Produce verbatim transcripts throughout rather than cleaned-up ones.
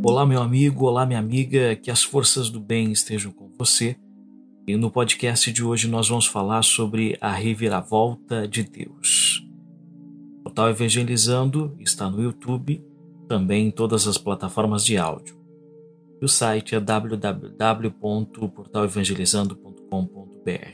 Olá, meu amigo, olá, minha amiga, que as forças do bem estejam com você. E no podcast de hoje nós vamos falar sobre a reviravolta de Deus. O Portal Evangelizando está no YouTube, também em todas as plataformas de áudio. E o site é w w w ponto portal evangelizando ponto com ponto b r.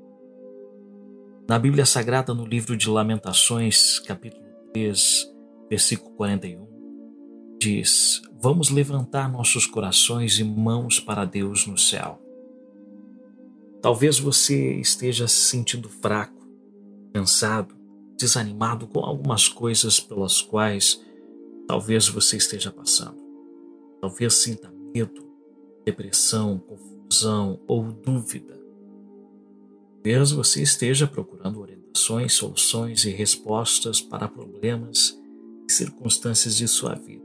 Na Bíblia Sagrada, no livro de Lamentações, capítulo três, versículo quarenta e um, diz: vamos levantar nossos corações e mãos para Deus no céu. Talvez você esteja se sentindo fraco, cansado, desanimado com algumas coisas pelas quais talvez você esteja passando. Talvez sinta medo, depressão, confusão ou dúvida. Talvez você esteja procurando orientações, soluções e respostas para problemas e circunstâncias de sua vida.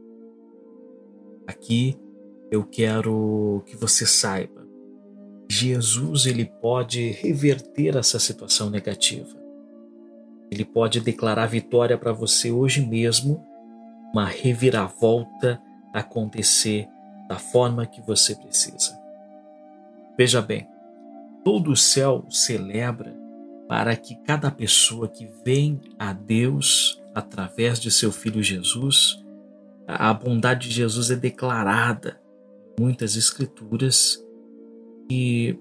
Aqui eu quero que você saiba, Jesus ele pode reverter essa situação negativa. Ele pode declarar vitória para você hoje mesmo, uma reviravolta acontecer da forma que você precisa. Veja bem, todo o céu celebra para que cada pessoa que vem a Deus através de seu Filho Jesus, a bondade de Jesus é declarada em muitas escrituras e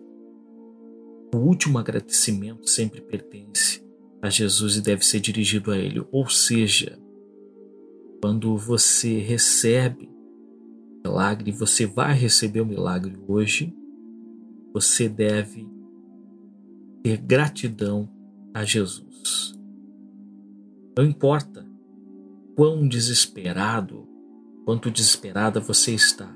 o último agradecimento sempre pertence a Jesus e deve ser dirigido a Ele. Ou seja, quando você recebe o milagre, você vai receber o milagre hoje, você deve ter gratidão a Jesus. Não importa quão desesperado, quanto desesperada você está,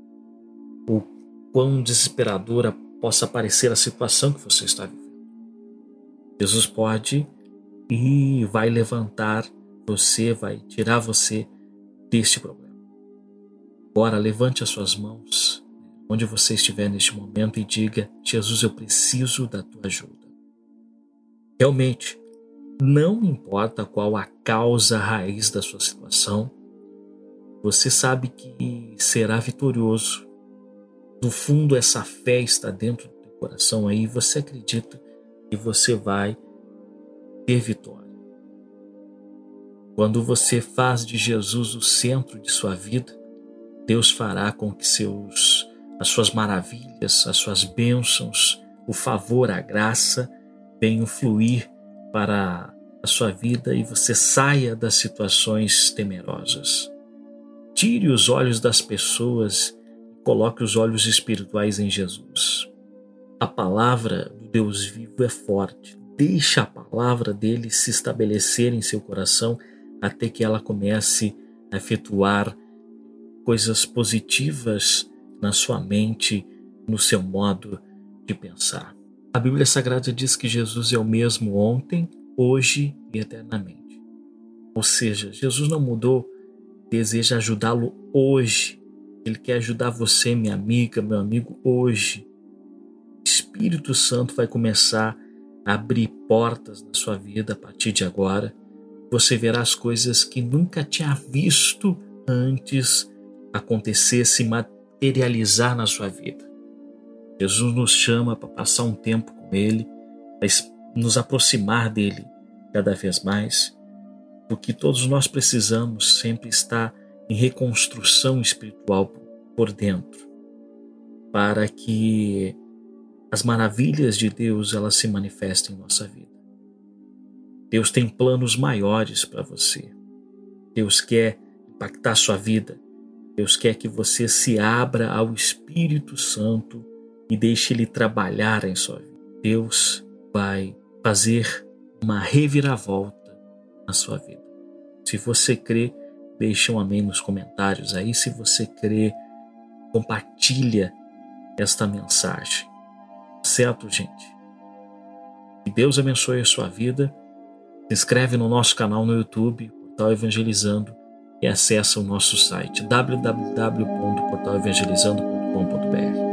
ou quão desesperadora possa parecer a situação que você está vivendo. Jesus pode e vai levantar você, vai tirar você deste problema. Agora, levante as suas mãos onde você estiver neste momento e diga: Jesus, eu preciso da tua ajuda. Realmente, não importa qual a causa raiz da sua situação, você sabe que será vitorioso. No fundo, essa fé está dentro do teu coração aí, você acredita que você vai ter vitória. Quando você faz de Jesus o centro de sua vida, Deus fará com que seus, as suas maravilhas, as suas bênçãos, o favor, a graça venham fluir para a sua vida e você saia das situações temerosas. Tire os olhos das pessoas e coloque os olhos espirituais em Jesus. A palavra do Deus vivo é forte. Deixe a palavra dele se estabelecer em seu coração até que ela comece a efetuar coisas positivas na sua mente, no seu modo de pensar. A Bíblia Sagrada diz que Jesus é o mesmo ontem, hoje e eternamente. Ou seja, Jesus não mudou, deseja ajudá-lo hoje. Ele quer ajudar você, minha amiga, meu amigo, hoje. O Espírito Santo vai começar a abrir portas na sua vida a partir de agora. Você verá as coisas que nunca tinha visto antes acontecer, se materializar na sua vida. Jesus nos chama para passar um tempo com Ele, para nos aproximar dEle cada vez mais, porque todos nós precisamos sempre estar em reconstrução espiritual por dentro, para que as maravilhas de Deus elas se manifestem em nossa vida. Deus tem planos maiores para você. Deus quer impactar sua vida. Deus quer que você se abra ao Espírito Santo e deixe Ele trabalhar em sua vida. Deus vai fazer uma reviravolta na sua vida. Se você crê, deixa um amém nos comentários aí. Se você crê, compartilha esta mensagem. Certo, gente? Que Deus abençoe a sua vida. Se inscreve no nosso canal no YouTube, Portal Evangelizando, e acessa o nosso site w w w ponto portal evangelizando ponto com ponto b r.